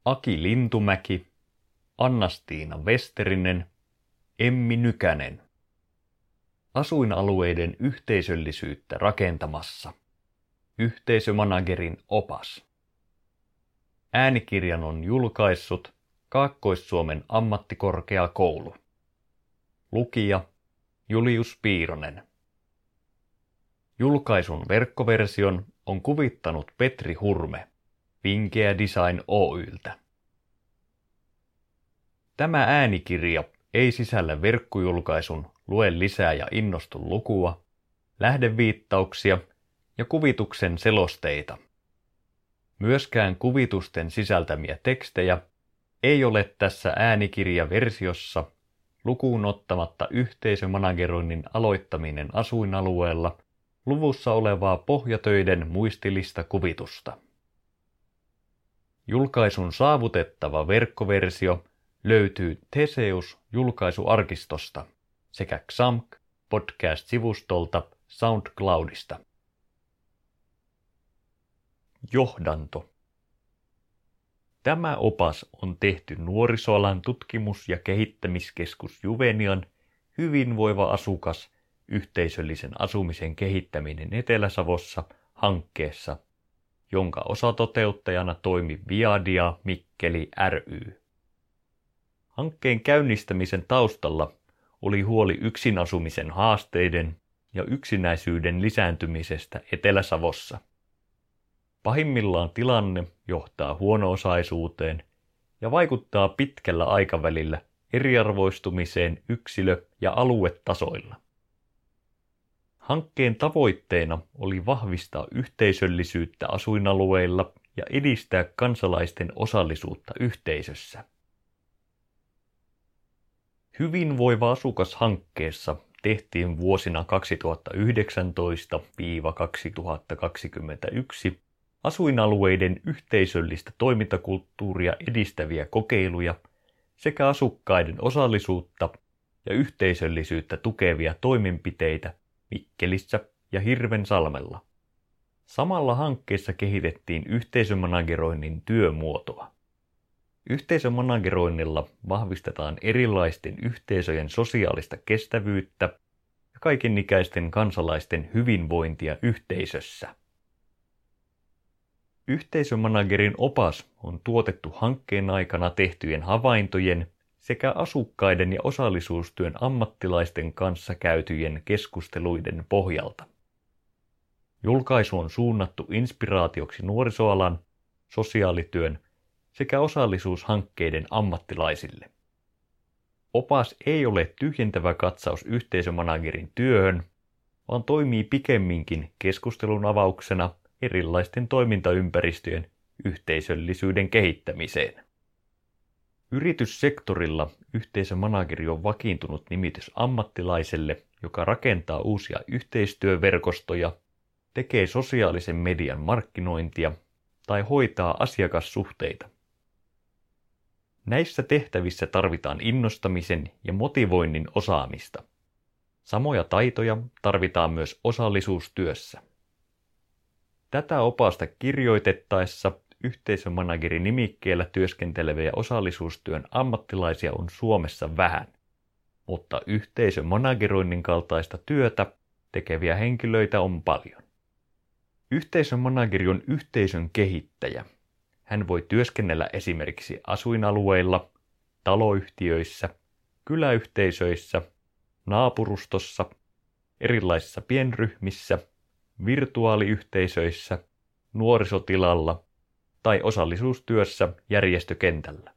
Aki Lintumäki, Anna-Stiina Westerinen, Emmi Nykänen. Asuinalueiden yhteisöllisyyttä rakentamassa. Yhteisömanagerin opas. Äänikirjan on julkaissut Kaakkois-Suomen ammattikorkeakoulu. Lukija Julius Piironen. Julkaisun verkkoversion on kuvittanut Petri Hurme Vinkeä Design Oy:ltä. Tämä äänikirja ei sisällä verkkojulkaisun lue lisää ja innostu lukua, lähdeviittauksia ja kuvituksen selosteita. Myöskään kuvitusten sisältämiä tekstejä ei ole tässä äänikirjaversiossa lukuun ottamatta yhteisömanageroinnin aloittaminen asuinalueella luvussa olevaa pohjatöiden muistilista kuvitusta. Julkaisun saavutettava verkkoversio löytyy Theseus-julkaisuarkistosta sekä XAMK podcast-sivustolta SoundCloudista. Johdanto. Tämä opas on tehty Nuorisoalan tutkimus- ja kehittämiskeskus Juvenian Hyvinvoiva asukas yhteisöllisen asumisen kehittäminen Etelä-Savossa hankkeessa, jonka osatoteuttajana toimi Viadia Mikkeli ry. Hankkeen käynnistämisen taustalla oli huoli yksinasumisen haasteiden ja yksinäisyyden lisääntymisestä Etelä-Savossa. Pahimmillaan tilanne johtaa huono-osaisuuteen ja vaikuttaa pitkällä aikavälillä eriarvoistumiseen yksilö- ja aluetasoilla. Hankkeen tavoitteena oli vahvistaa yhteisöllisyyttä asuinalueilla ja edistää kansalaisten osallisuutta yhteisössä. Hyvinvoiva asukas -hankkeessa tehtiin vuosina 2019–2021 asuinalueiden yhteisöllistä toimintakulttuuria edistäviä kokeiluja sekä asukkaiden osallisuutta ja yhteisöllisyyttä tukevia toimenpiteitä Mikkelissä ja Hirvensalmella. Samalla hankkeessa kehitettiin yhteisömanageroinnin työmuotoa. Yhteisömanageroinnilla vahvistetaan erilaisten yhteisöjen sosiaalista kestävyyttä ja kaikenikäisten kansalaisten hyvinvointia yhteisössä. Yhteisömanagerin opas on tuotettu hankkeen aikana tehtyjen havaintojen sekä asukkaiden ja osallisuustyön ammattilaisten kanssa käytyjen keskusteluiden pohjalta. Julkaisu on suunnattu inspiraatioksi nuorisoalan, sosiaalityön sekä osallisuushankkeiden ammattilaisille. Opas ei ole tyhjentävä katsaus yhteisömanagerin työhön, vaan toimii pikemminkin keskustelun avauksena erilaisten toimintaympäristöjen yhteisöllisyyden kehittämiseen. Yrityssektorilla yhteisömanageri on vakiintunut nimitys ammattilaiselle, joka rakentaa uusia yhteistyöverkostoja, tekee sosiaalisen median markkinointia tai hoitaa asiakassuhteita. Näissä tehtävissä tarvitaan innostamisen ja motivoinnin osaamista. Samoja taitoja tarvitaan myös osallisuustyössä. Tätä opasta kirjoitettaessa yhteisömanageri-nimikkeellä työskenteleviä osallisuustyön ammattilaisia on Suomessa vähän, mutta yhteisömanageroinnin kaltaista työtä tekeviä henkilöitä on paljon. Yhteisömanageri on yhteisön kehittäjä. Hän voi työskennellä esimerkiksi asuinalueilla, taloyhtiöissä, kyläyhteisöissä, naapurustossa, erilaisissa pienryhmissä, virtuaaliyhteisöissä, nuorisotilalla tai osallisuustyössä järjestökentällä.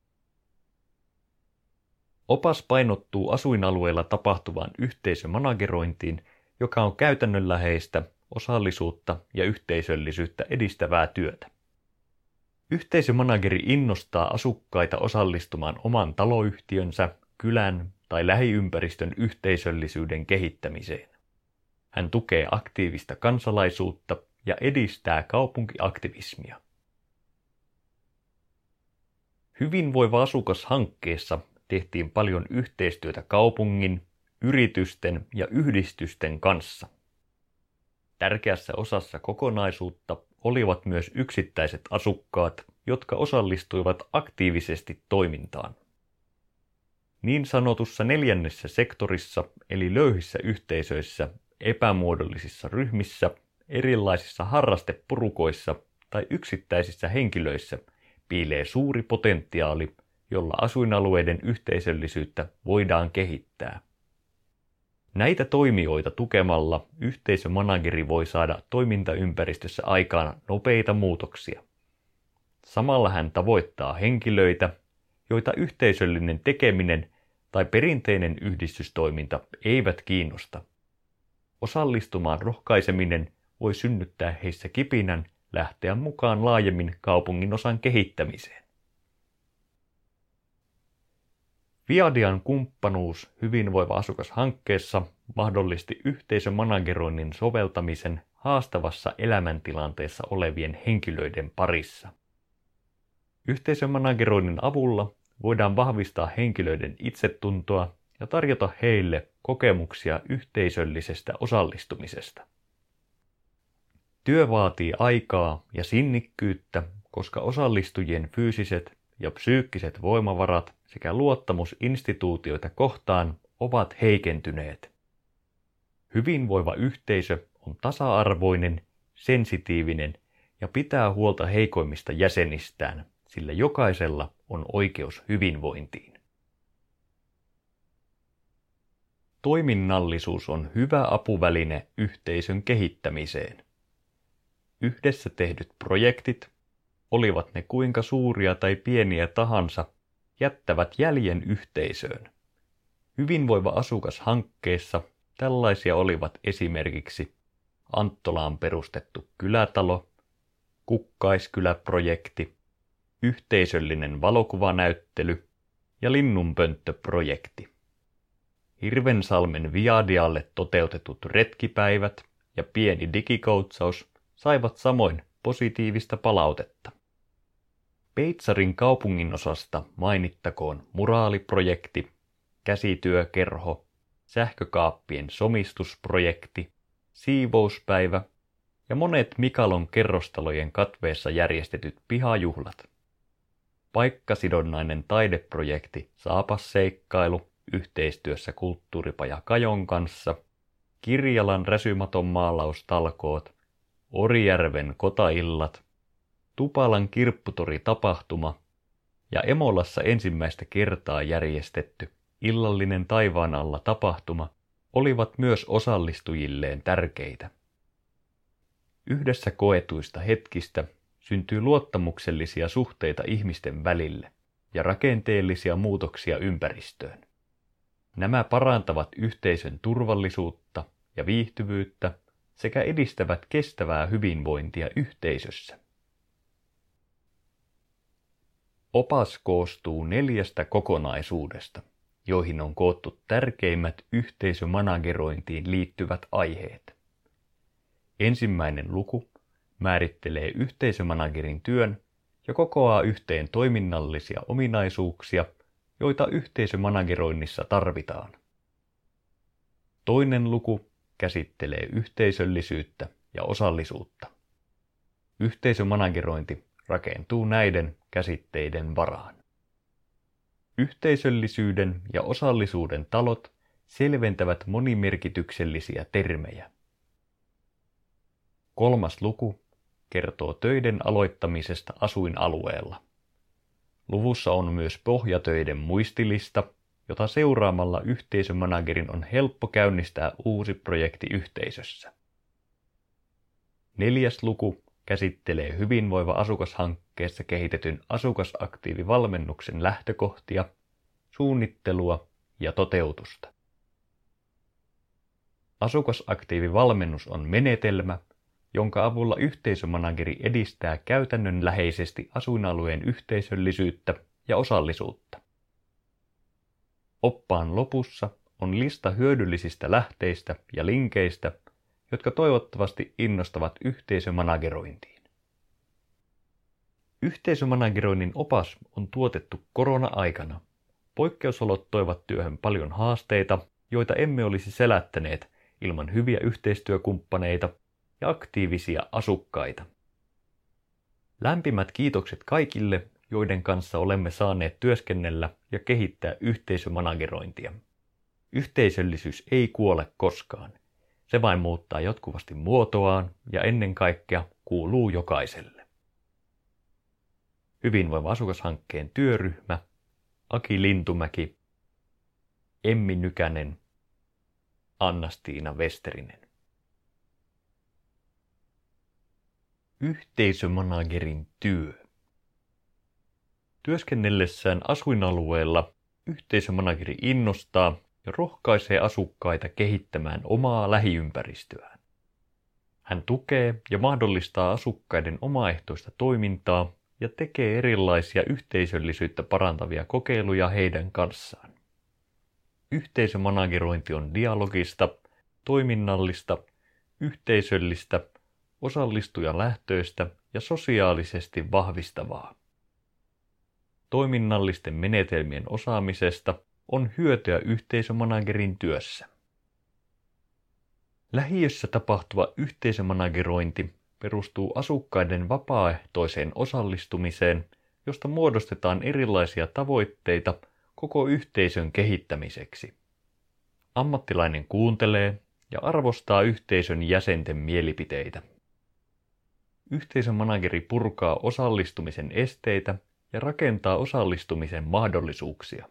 Opas painottuu asuinalueilla tapahtuvaan yhteisömanagerointiin, joka on käytännönläheistä, osallisuutta ja yhteisöllisyyttä edistävää työtä. Yhteisömanageri innostaa asukkaita osallistumaan oman taloyhtiönsä, kylän tai lähiympäristön yhteisöllisyyden kehittämiseen. Hän tukee aktiivista kansalaisuutta ja edistää kaupunkiaktivismia. Hyvinvoiva asukas -hankkeessa tehtiin paljon yhteistyötä kaupungin, yritysten ja yhdistysten kanssa. Tärkeässä osassa kokonaisuutta olivat myös yksittäiset asukkaat jotka osallistuivat aktiivisesti toimintaan. Niin sanotussa neljännessä sektorissa eli löyhissä yhteisöissä, epämuodollisissa ryhmissä, erilaisissa harrasteporukoissa tai yksittäisissä henkilöissä piilee suuri potentiaali, jolla asuinalueiden yhteisöllisyyttä voidaan kehittää. Näitä toimijoita tukemalla yhteisömanageri voi saada toimintaympäristössä aikaan nopeita muutoksia. Samalla hän tavoittaa henkilöitä, joita yhteisöllinen tekeminen tai perinteinen yhdistystoiminta eivät kiinnosta. Osallistumaan rohkaiseminen voi synnyttää heissä kipinän lähteä mukaan laajemmin kaupunginosan kehittämiseen. Viadian kumppanuus Hyvinvoiva asukas -hankkeessa mahdollisti yhteisömanageroinnin soveltamisen haastavassa elämäntilanteessa olevien henkilöiden parissa. Yhteisömanageroinnin avulla voidaan vahvistaa henkilöiden itsetuntoa ja tarjota heille kokemuksia yhteisöllisestä osallistumisesta. Työ vaatii aikaa ja sinnikkyyttä, koska osallistujien fyysiset ja psyykkiset voimavarat sekä luottamus instituutioita kohtaan ovat heikentyneet. Hyvinvoiva yhteisö on tasa-arvoinen, sensitiivinen ja pitää huolta heikoimmista jäsenistään, sillä jokaisella on oikeus hyvinvointiin. Toiminnallisuus on hyvä apuväline yhteisön kehittämiseen. Yhdessä tehdyt projektit, olivat ne kuinka suuria tai pieniä tahansa, jättävät jäljen yhteisöön. Hyvinvoiva asukas -hankkeessa tällaisia olivat esimerkiksi Anttolaan perustettu kylätalo, Kukkaiskylä-projekti, yhteisöllinen valokuvanäyttely ja Linnunpönttö-projekti. Hirvensalmen Viadialle toteutetut retkipäivät ja pieni digikoutsaus saivat samoin positiivista palautetta. Peitsarin kaupunginosasta mainittakoon muraaliprojekti, käsityökerho, sähkökaappien somistusprojekti, siivouspäivä ja monet Mikalon kerrostalojen katveessa järjestetyt pihajuhlat. Paikkasidonnainen taideprojekti Saapasseikkailu yhteistyössä Kulttuuripaja Kajon kanssa, Kirjalan räsymaton maalaustalkoot, Orijärven kotaillat, Tupalan kirpputori-tapahtuma ja Emolassa ensimmäistä kertaa järjestetty illallinen taivaan alla tapahtuma olivat myös osallistujilleen tärkeitä. Yhdessä koetuista hetkistä syntyy luottamuksellisia suhteita ihmisten välille ja rakenteellisia muutoksia ympäristöön. Nämä parantavat yhteisön turvallisuutta ja viihtyvyyttä sekä edistävät kestävää hyvinvointia yhteisössä. Opas koostuu 4 kokonaisuudesta, joihin on koottu tärkeimmät yhteisömanagerointiin liittyvät aiheet. Ensimmäinen luku määrittelee yhteisömanagerin työn ja kokoaa yhteen toiminnallisia ominaisuuksia, joita yhteisömanageroinnissa tarvitaan. Toinen luku käsittelee yhteisöllisyyttä ja osallisuutta. Yhteisömanagerointi rakentuu näiden käsitteiden varaan. Yhteisöllisyyden ja osallisuuden talot selventävät monimerkityksellisiä termejä. 3. luku kertoo töiden aloittamisesta asuinalueella. Luvussa on myös pohjatöiden muistilista, jota seuraamalla yhteisömanagerin on helppo käynnistää uusi projekti yhteisössä. 4. luku käsittelee Hyvinvoiva asukas -hankkeessa kehitetyn asukasaktiivivalmennuksen lähtökohtia, suunnittelua ja toteutusta. Asukasaktiivivalmennus on menetelmä, jonka avulla yhteisömanageri edistää käytännönläheisesti asuinalueen yhteisöllisyyttä ja osallisuutta. Oppaan lopussa on lista hyödyllisistä lähteistä ja linkeistä, jotka toivottavasti innostavat yhteisömanagerointiin. Yhteisömanageroinnin opas on tuotettu korona-aikana. Poikkeusolot toivat työhön paljon haasteita, joita emme olisi selättäneet ilman hyviä yhteistyökumppaneita ja aktiivisia asukkaita. Lämpimät kiitokset kaikille, joiden kanssa olemme saaneet työskennellä ja kehittää yhteisömanagerointia. Yhteisöllisyys ei kuole koskaan. Se vain muuttaa jatkuvasti muotoaan ja ennen kaikkea kuuluu jokaiselle. Hyvinvoiva asukashankkeen työryhmä, Aki Lintumäki, Emmi Nykänen, Anna-Stiina Westerinen. Yhteisömanagerin työ. Työskennellessään asuinalueella yhteisömanageri innostaa ja rohkaisee asukkaita kehittämään omaa lähiympäristöään. Hän tukee ja mahdollistaa asukkaiden omaehtoista toimintaa ja tekee erilaisia yhteisöllisyyttä parantavia kokeiluja heidän kanssaan. Yhteisömanagerointi on dialogista, toiminnallista, yhteisöllistä, osallistujalähtöistä ja sosiaalisesti vahvistavaa. Toiminnallisten menetelmien osaamisesta on hyötyä yhteisömanagerin työssä. Lähiössä tapahtuva yhteisömanagerointi perustuu asukkaiden vapaaehtoiseen osallistumiseen, josta muodostetaan erilaisia tavoitteita koko yhteisön kehittämiseksi. Ammattilainen kuuntelee ja arvostaa yhteisön jäsenten mielipiteitä. Yhteisömanageri purkaa osallistumisen esteitä ja rakentaa osallistumisen mahdollisuuksia.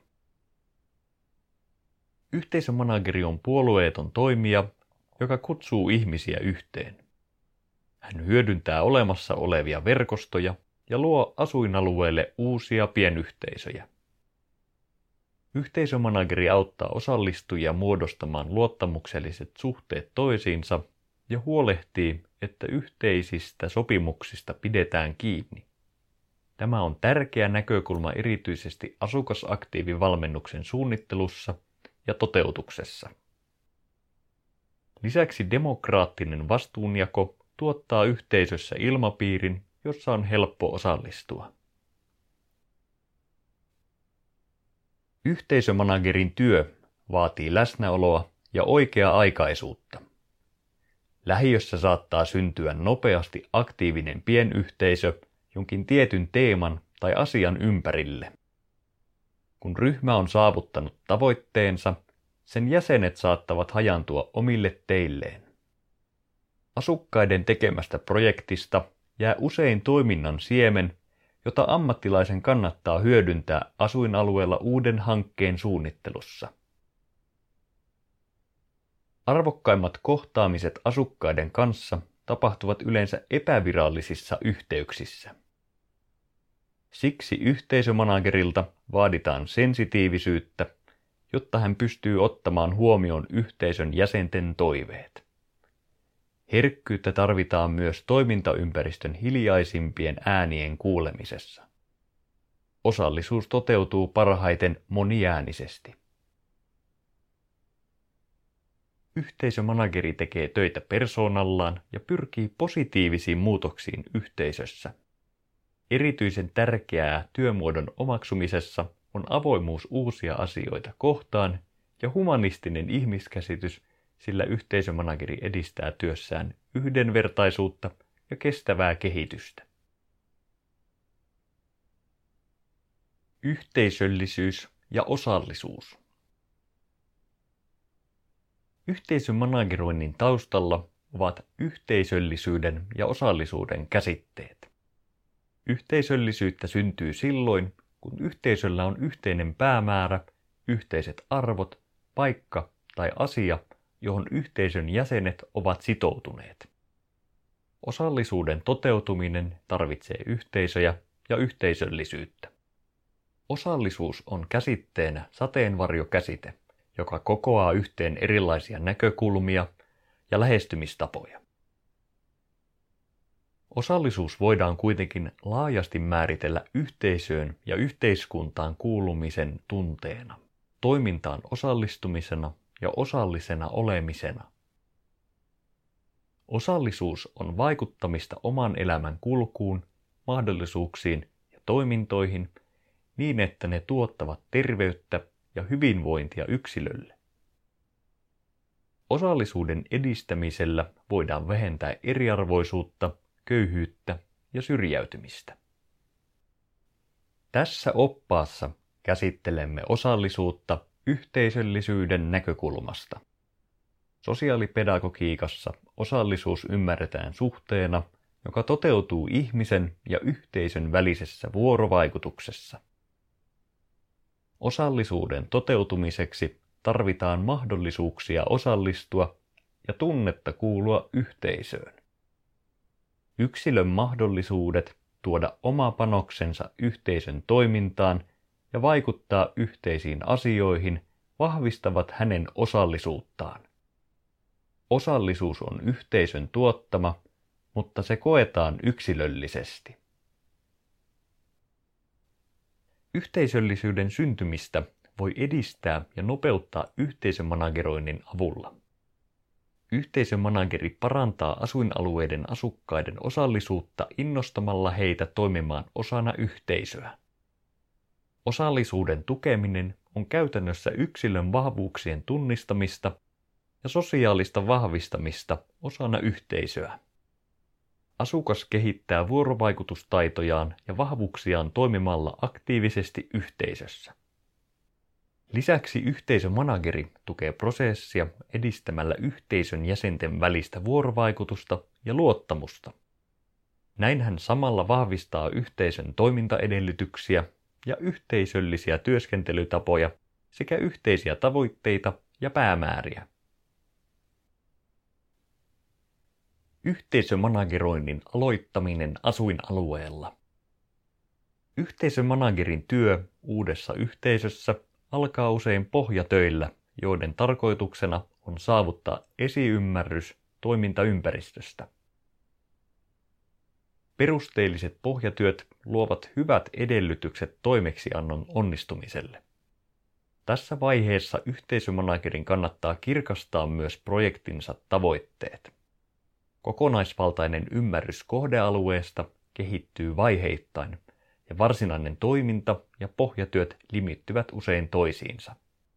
Yhteisömanageri on puolueeton toimija, joka kutsuu ihmisiä yhteen. Hän hyödyntää olemassa olevia verkostoja ja luo asuinalueelle uusia pienyhteisöjä. Yhteisömanageri auttaa osallistujia muodostamaan luottamukselliset suhteet toisiinsa ja huolehtii, että yhteisistä sopimuksista pidetään kiinni. Tämä on tärkeä näkökulma erityisesti asukasaktiivivalmennuksen suunnittelussa ja toteutuksessa. Lisäksi demokraattinen vastuunjako tuottaa yhteisössä ilmapiirin, jossa on helppo osallistua. Yhteisömanagerin työ vaatii läsnäoloa ja oikea-aikaisuutta. Lähiössä saattaa syntyä nopeasti aktiivinen pienyhteisö jonkin tietyn teeman tai asian ympärille. Kun ryhmä on saavuttanut tavoitteensa, sen jäsenet saattavat hajaantua omille teilleen. Asukkaiden tekemästä projektista jää usein toiminnan siemen, jota ammattilaisen kannattaa hyödyntää asuinalueella uuden hankkeen suunnittelussa. Arvokkaimmat kohtaamiset asukkaiden kanssa tapahtuvat yleensä epävirallisissa yhteyksissä. Siksi yhteisömanagerilta vaaditaan sensitiivisyyttä, jotta hän pystyy ottamaan huomioon yhteisön jäsenten toiveet. Herkkyyttä tarvitaan myös toimintaympäristön hiljaisimpien äänien kuulemisessa. Osallisuus toteutuu parhaiten moniäänisesti. Yhteisömanageri tekee töitä persoonallaan ja pyrkii positiivisiin muutoksiin yhteisössä. Erityisen tärkeää työmuodon omaksumisessa on avoimuus uusia asioita kohtaan ja humanistinen ihmiskäsitys, sillä yhteisömanageri edistää työssään yhdenvertaisuutta ja kestävää kehitystä. Yhteisöllisyys ja osallisuus. Yhteisömanageroinnin taustalla ovat yhteisöllisyyden ja osallisuuden käsitteet. Yhteisöllisyyttä syntyy silloin, kun yhteisöllä on yhteinen päämäärä, yhteiset arvot, paikka tai asia, johon yhteisön jäsenet ovat sitoutuneet. Osallisuuden toteutuminen tarvitsee yhteisöjä ja yhteisöllisyyttä. Osallisuus on käsitteenä sateenvarjokäsite, joka kokoaa yhteen erilaisia näkökulmia ja lähestymistapoja. Osallisuus voidaan kuitenkin laajasti määritellä yhteisöön ja yhteiskuntaan kuulumisen tunteena, toimintaan osallistumisena ja osallisena olemisena. Osallisuus on vaikuttamista oman elämän kulkuun, mahdollisuuksiin ja toimintoihin niin, että ne tuottavat terveyttä ja hyvinvointia yksilölle. Osallisuuden edistämisellä voidaan vähentää eriarvoisuutta, köyhyyttä ja syrjäytymistä. Tässä oppaassa käsittelemme osallisuutta yhteisöllisyyden näkökulmasta. Sosiaalipedagogiikassa osallisuus ymmärretään suhteena, joka toteutuu ihmisen ja yhteisön välisessä vuorovaikutuksessa. Osallisuuden toteutumiseksi tarvitaan mahdollisuuksia osallistua ja tunnetta kuulua yhteisöön. Yksilön mahdollisuudet tuoda oma panoksensa yhteisön toimintaan ja vaikuttaa yhteisiin asioihin vahvistavat hänen osallisuuttaan. Osallisuus on yhteisön tuottama, mutta se koetaan yksilöllisesti. Yhteisöllisyyden syntymistä voi edistää ja nopeuttaa yhteisömanageroinnin avulla. Yhteisömanageri parantaa asuinalueiden asukkaiden osallisuutta innostamalla heitä toimimaan osana yhteisöä. Osallisuuden tukeminen on käytännössä yksilön vahvuuksien tunnistamista ja sosiaalista vahvistamista osana yhteisöä. Asukas kehittää vuorovaikutustaitojaan ja vahvuuksiaan toimimalla aktiivisesti yhteisössä. Lisäksi yhteisömanageri tukee prosessia edistämällä yhteisön jäsenten välistä vuorovaikutusta ja luottamusta. Näin hän samalla vahvistaa yhteisön toimintaedellytyksiä ja yhteisöllisiä työskentelytapoja sekä yhteisiä tavoitteita ja päämääriä. Yhteisömanageroinnin aloittaminen asuinalueella. Yhteisömanagerin työ uudessa yhteisössä alkaa usein pohjatöillä, joiden tarkoituksena on saavuttaa esiymmärrys toimintaympäristöstä. Perusteelliset pohjatyöt luovat hyvät edellytykset toimeksiannon onnistumiselle. Tässä vaiheessa yhteisömanagerin kannattaa kirkastaa myös projektinsa tavoitteet. Kokonaisvaltainen ymmärrys kohdealueesta kehittyy vaiheittain, ja varsinainen toiminta ja pohjatyöt limittyvät usein toisiinsa.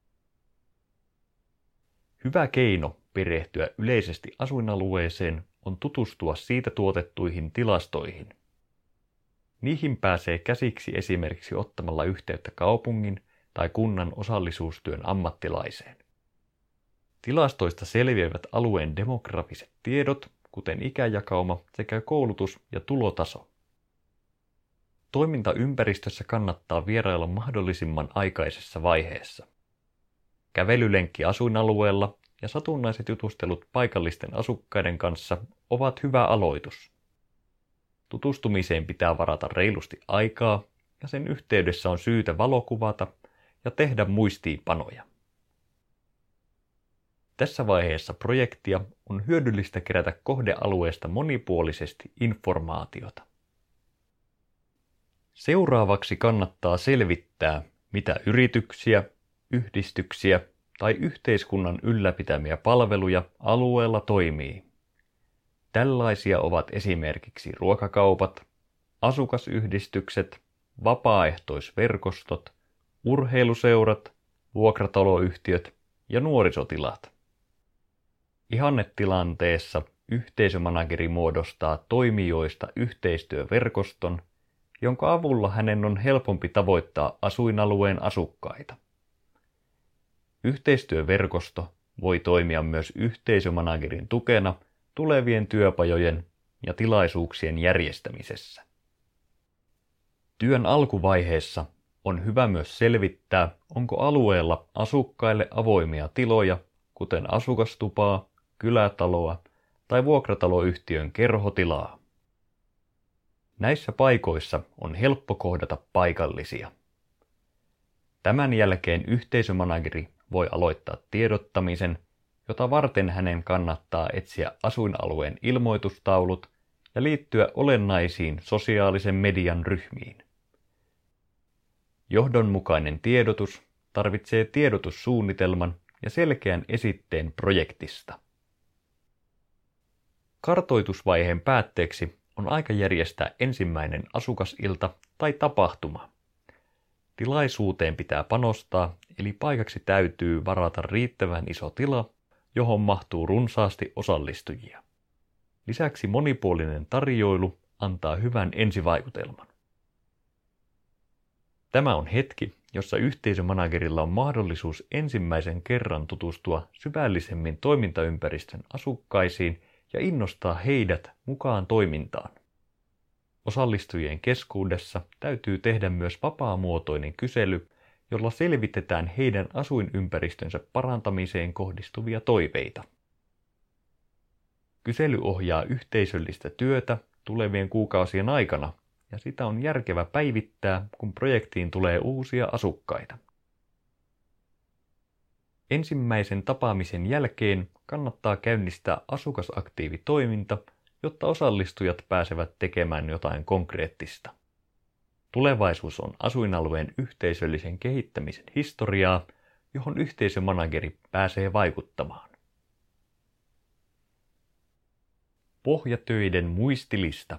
Hyvä keino perehtyä yleisesti asuinalueeseen on tutustua siitä tuotettuihin tilastoihin. Niihin pääsee käsiksi esimerkiksi ottamalla yhteyttä kaupungin tai kunnan osallisuustyön ammattilaiseen. Tilastoista selviävät alueen demografiset tiedot, kuten ikäjakauma sekä koulutus- ja tulotaso. Toimintaympäristössä kannattaa vierailla mahdollisimman aikaisessa vaiheessa. Kävelylenkki asuinalueella ja satunnaiset jutustelut paikallisten asukkaiden kanssa ovat hyvä aloitus. Tutustumiseen pitää varata reilusti aikaa ja sen yhteydessä on syytä valokuvata ja tehdä muistiinpanoja. Tässä vaiheessa projektia on hyödyllistä kerätä kohdealueesta monipuolisesti informaatiota. Seuraavaksi kannattaa selvittää, mitä yrityksiä, yhdistyksiä tai yhteiskunnan ylläpitämiä palveluja alueella toimii. Tällaisia ovat esimerkiksi ruokakaupat, asukasyhdistykset, vapaaehtoisverkostot, urheiluseurat, vuokrataloyhtiöt ja nuorisotilat. Ihannetilanteessa yhteisömanageri muodostaa toimijoista yhteistyöverkoston, jonka avulla hänen on helpompi tavoittaa asuinalueen asukkaita. Yhteistyöverkosto voi toimia myös yhteisömanagerin tukena tulevien työpajojen ja tilaisuuksien järjestämisessä. Työn alkuvaiheessa on hyvä myös selvittää, onko alueella asukkaille avoimia tiloja, kuten asukastupaa, kylätaloa tai vuokrataloyhtiön kerhotilaa. Näissä paikoissa on helppo kohdata paikallisia. Tämän jälkeen yhteisömanageri voi aloittaa tiedottamisen, jota varten hänen kannattaa etsiä asuinalueen ilmoitustaulut ja liittyä olennaisiin sosiaalisen median ryhmiin. Johdonmukainen tiedotus tarvitsee tiedotussuunnitelman ja selkeän esitteen projektista. Kartoitusvaiheen päätteeksi on aika järjestää ensimmäinen asukasilta tai tapahtuma. Tilaisuuteen pitää panostaa, eli paikaksi täytyy varata riittävän iso tila, johon mahtuu runsaasti osallistujia. Lisäksi monipuolinen tarjoilu antaa hyvän ensivaikutelman. Tämä on hetki, jossa yhteisömanagerilla on mahdollisuus ensimmäisen kerran tutustua syvällisemmin toimintaympäristön asukkaisiin ja innostaa heidät mukaan toimintaan. Osallistujien keskuudessa täytyy tehdä myös vapaamuotoinen kysely, jolla selvitetään heidän asuinympäristönsä parantamiseen kohdistuvia toiveita. Kysely ohjaa yhteisöllistä työtä tulevien kuukausien aikana, ja sitä on järkevä päivittää, kun projektiin tulee uusia asukkaita. Ensimmäisen tapaamisen jälkeen kannattaa käynnistää asukasaktiivitoiminta, jotta osallistujat pääsevät tekemään jotain konkreettista. Tulevaisuus on asuinalueen yhteisöllisen kehittämisen historiaa, johon yhteisömanageri pääsee vaikuttamaan. Pohjatöiden muistilista.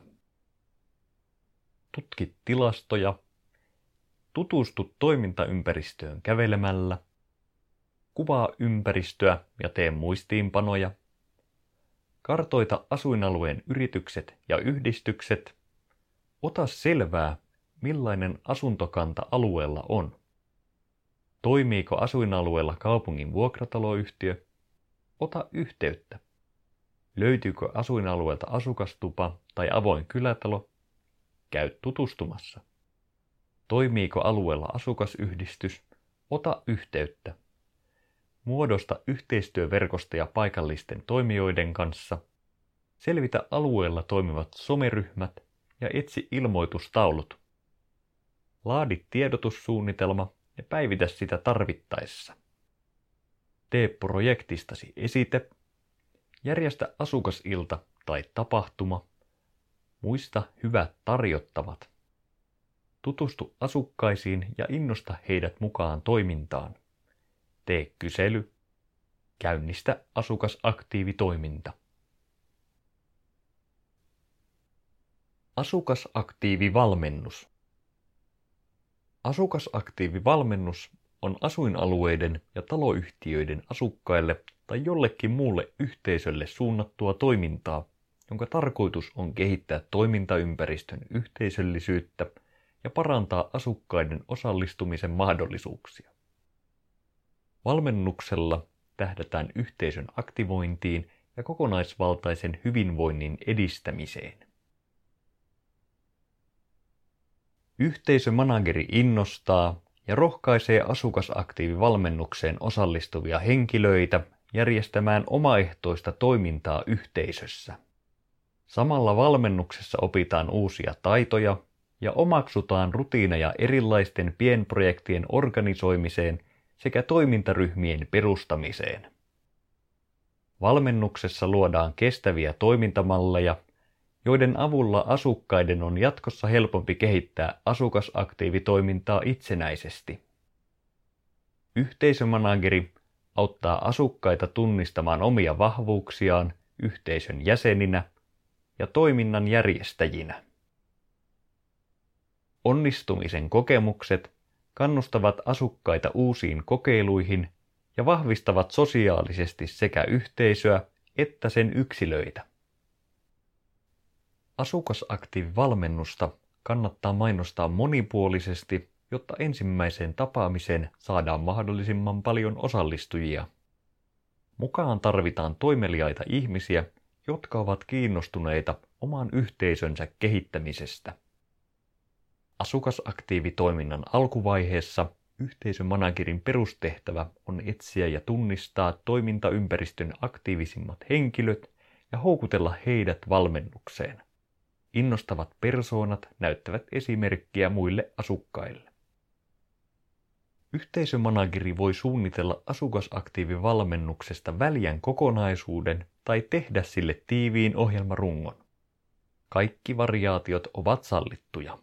Tutki tilastoja. Tutustu toimintaympäristöön kävelemällä. Kuvaa ympäristöä ja tee muistiinpanoja. Kartoita asuinalueen yritykset ja yhdistykset. Ota selvää, millainen asuntokanta alueella on. Toimiiko asuinalueella kaupungin vuokrataloyhtiö? Ota yhteyttä. Löytyykö asuinalueelta asukastupa tai avoin kylätalo? Käy tutustumassa. Toimiiko alueella asukasyhdistys? Ota yhteyttä. Muodosta yhteistyöverkostoja paikallisten toimijoiden kanssa. Selvitä alueella toimivat someryhmät ja etsi ilmoitustaulut. Laadi tiedotussuunnitelma ja päivitä sitä tarvittaessa. Tee projektistasi esite. Järjestä asukasilta tai tapahtuma. Muista hyvät tarjottavat. Tutustu asukkaisiin ja innosta heidät mukaan toimintaan. Tee kysely. Käynnistä asukasaktiivitoiminta. Asukasaktiivivalmennus. Asukasaktiivivalmennus on asuinalueiden ja taloyhtiöiden asukkaille tai jollekin muulle yhteisölle suunnattua toimintaa, jonka tarkoitus on kehittää toimintaympäristön yhteisöllisyyttä ja parantaa asukkaiden osallistumisen mahdollisuuksia. Valmennuksella tähdätään yhteisön aktivointiin ja kokonaisvaltaisen hyvinvoinnin edistämiseen. Yhteisömanageri innostaa ja rohkaisee asukasaktiivivalmennukseen osallistuvia henkilöitä järjestämään omaehtoista toimintaa yhteisössä. Samalla valmennuksessa opitaan uusia taitoja ja omaksutaan rutiineja erilaisten pienprojektien organisoimiseen sekä toimintaryhmien perustamiseen. Valmennuksessa luodaan kestäviä toimintamalleja, joiden avulla asukkaiden on jatkossa helpompi kehittää asukasaktiivitoimintaa itsenäisesti. Yhteisömanageri auttaa asukkaita tunnistamaan omia vahvuuksiaan yhteisön jäseninä ja toiminnan järjestäjinä. Onnistumisen kokemukset kannustavat asukkaita uusiin kokeiluihin ja vahvistavat sosiaalisesti sekä yhteisöä että sen yksilöitä. Asukasaktiivivalmennusta kannattaa mainostaa monipuolisesti, jotta ensimmäiseen tapaamiseen saadaan mahdollisimman paljon osallistujia. Mukaan tarvitaan toimeliaita ihmisiä, jotka ovat kiinnostuneita oman yhteisönsä kehittämisestä. Asukasaktiivitoiminnan alkuvaiheessa yhteisömanagerin perustehtävä on etsiä ja tunnistaa toimintaympäristön aktiivisimmat henkilöt ja houkutella heidät valmennukseen. Innostavat persoonat näyttävät esimerkkiä muille asukkaille. Yhteisömanageri voi suunnitella asukasaktiivivalmennuksesta väljän kokonaisuuden tai tehdä sille tiiviin ohjelmarungon. Kaikki variaatiot ovat sallittuja.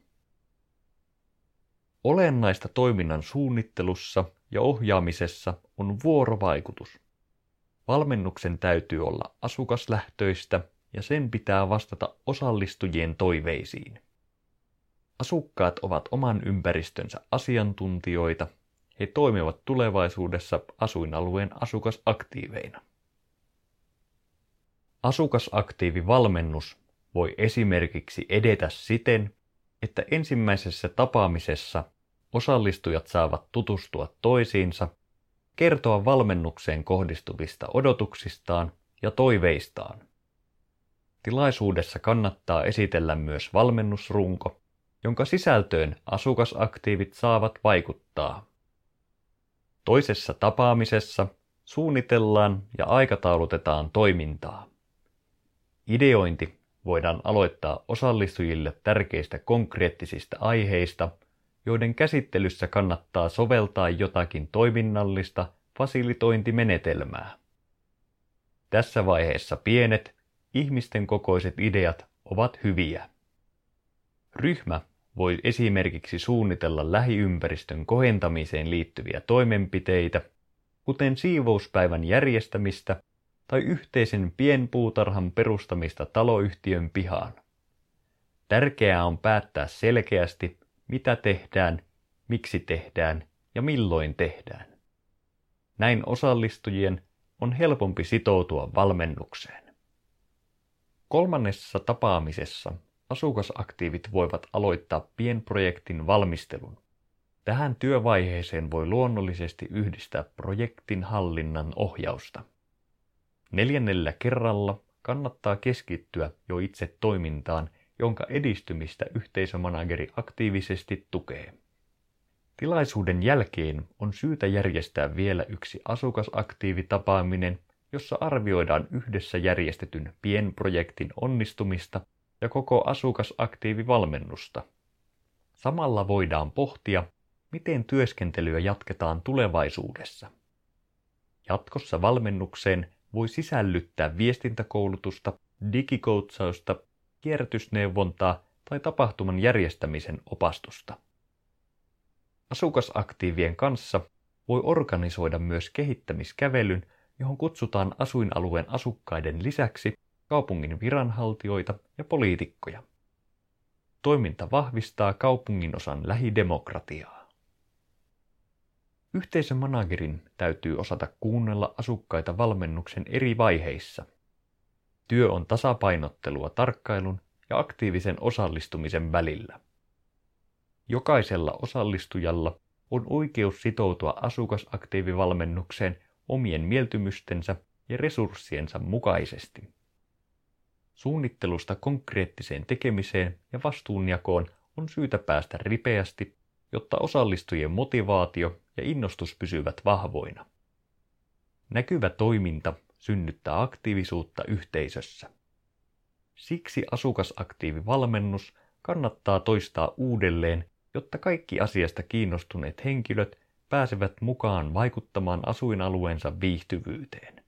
Olennaista toiminnan suunnittelussa ja ohjaamisessa on vuorovaikutus. Valmennuksen täytyy olla asukaslähtöistä ja sen pitää vastata osallistujien toiveisiin. Asukkaat ovat oman ympäristönsä asiantuntijoita. He toimivat tulevaisuudessa asuinalueen asukasaktiiveina. Asukasaktiivivalmennus voi esimerkiksi edetä siten, että ensimmäisessä tapaamisessa osallistujat saavat tutustua toisiinsa, kertoa valmennukseen kohdistuvista odotuksistaan ja toiveistaan. Tilaisuudessa kannattaa esitellä myös valmennusrunko, jonka sisältöön asukasaktiivit saavat vaikuttaa. Toisessa tapaamisessa suunnitellaan ja aikataulutetaan toimintaa. Ideointi voidaan aloittaa osallistujille tärkeistä konkreettisista aiheista, joiden käsittelyssä kannattaa soveltaa jotakin toiminnallista fasilitointimenetelmää. Tässä vaiheessa pienet, ihmisten kokoiset ideat ovat hyviä. Ryhmä voi esimerkiksi suunnitella lähiympäristön kohentamiseen liittyviä toimenpiteitä, kuten siivouspäivän järjestämistä tai yhteisen pienpuutarhan perustamista taloyhtiön pihaan. Tärkeää on päättää selkeästi, mitä tehdään, miksi tehdään ja milloin tehdään. Näin osallistujien on helpompi sitoutua valmennukseen. Kolmannessa tapaamisessa asukasaktiivit voivat aloittaa pienprojektin valmistelun. Tähän työvaiheeseen voi luonnollisesti yhdistää projektin hallinnan ohjausta. Neljännellä kerralla kannattaa keskittyä jo itse toimintaan, jonka edistymistä yhteisömanageri aktiivisesti tukee. Tilaisuuden jälkeen on syytä järjestää vielä yksi asukasaktiivitapaaminen, jossa arvioidaan yhdessä järjestetyn pienprojektin onnistumista ja koko asukasaktiivivalmennusta. Samalla voidaan pohtia, miten työskentelyä jatketaan tulevaisuudessa. Jatkossa valmennukseen voi sisällyttää viestintäkoulutusta, digikoutsausta, kierrätysneuvontaa tai tapahtuman järjestämisen opastusta. Asukasaktiivien kanssa voi organisoida myös kehittämiskävelyn, johon kutsutaan asuinalueen asukkaiden lisäksi kaupungin viranhaltijoita ja poliitikkoja. Toiminta vahvistaa kaupunginosan lähidemokratiaa. Yhteisömanagerin täytyy osata kuunnella asukkaita valmennuksen eri vaiheissa. Työ on tasapainottelua tarkkailun ja aktiivisen osallistumisen välillä. Jokaisella osallistujalla on oikeus sitoutua asukasaktiivivalmennukseen omien mieltymystensä ja resurssiensa mukaisesti. Suunnittelusta konkreettiseen tekemiseen ja vastuunjakoon on syytä päästä ripeästi, jotta osallistujien motivaatio ja innostus pysyvät vahvoina. Näkyvä toiminta synnyttää aktiivisuutta yhteisössä. Siksi asukasaktiivivalmennus kannattaa toistaa uudelleen, jotta kaikki asiasta kiinnostuneet henkilöt pääsevät mukaan vaikuttamaan asuinalueensa viihtyvyyteen.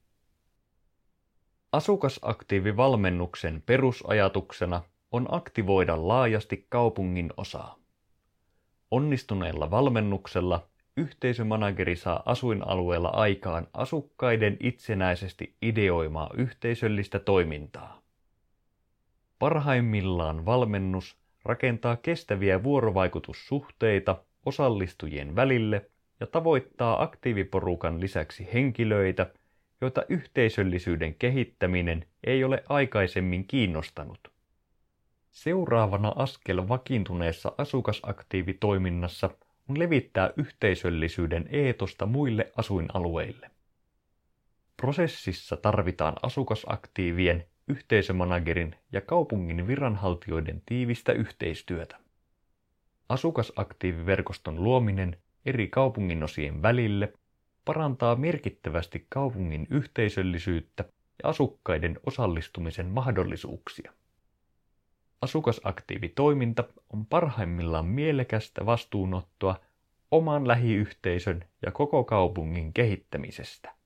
Asukasaktiivivalmennuksen perusajatuksena on aktivoida laajasti kaupungin osaa. Onnistuneella valmennuksella yhteisömanageri saa asuinalueella aikaan asukkaiden itsenäisesti ideoimaa yhteisöllistä toimintaa. Parhaimmillaan valmennus rakentaa kestäviä vuorovaikutussuhteita osallistujien välille ja tavoittaa aktiiviporukan lisäksi henkilöitä, joita yhteisöllisyyden kehittäminen ei ole aikaisemmin kiinnostanut. Seuraavana askel vakiintuneessa asukasaktiivitoiminnassa on levittää yhteisöllisyyden eetosta muille asuinalueille. Prosessissa tarvitaan asukasaktiivien, yhteisömanagerin ja kaupungin viranhaltijoiden tiivistä yhteistyötä. Asukasaktiiviverkoston luominen eri kaupunginosien välille parantaa merkittävästi kaupungin yhteisöllisyyttä ja asukkaiden osallistumisen mahdollisuuksia. Asukasaktiivitoiminta on parhaimmillaan mielekästä vastuunottoa oman lähiyhteisön ja koko kaupungin kehittämisestä.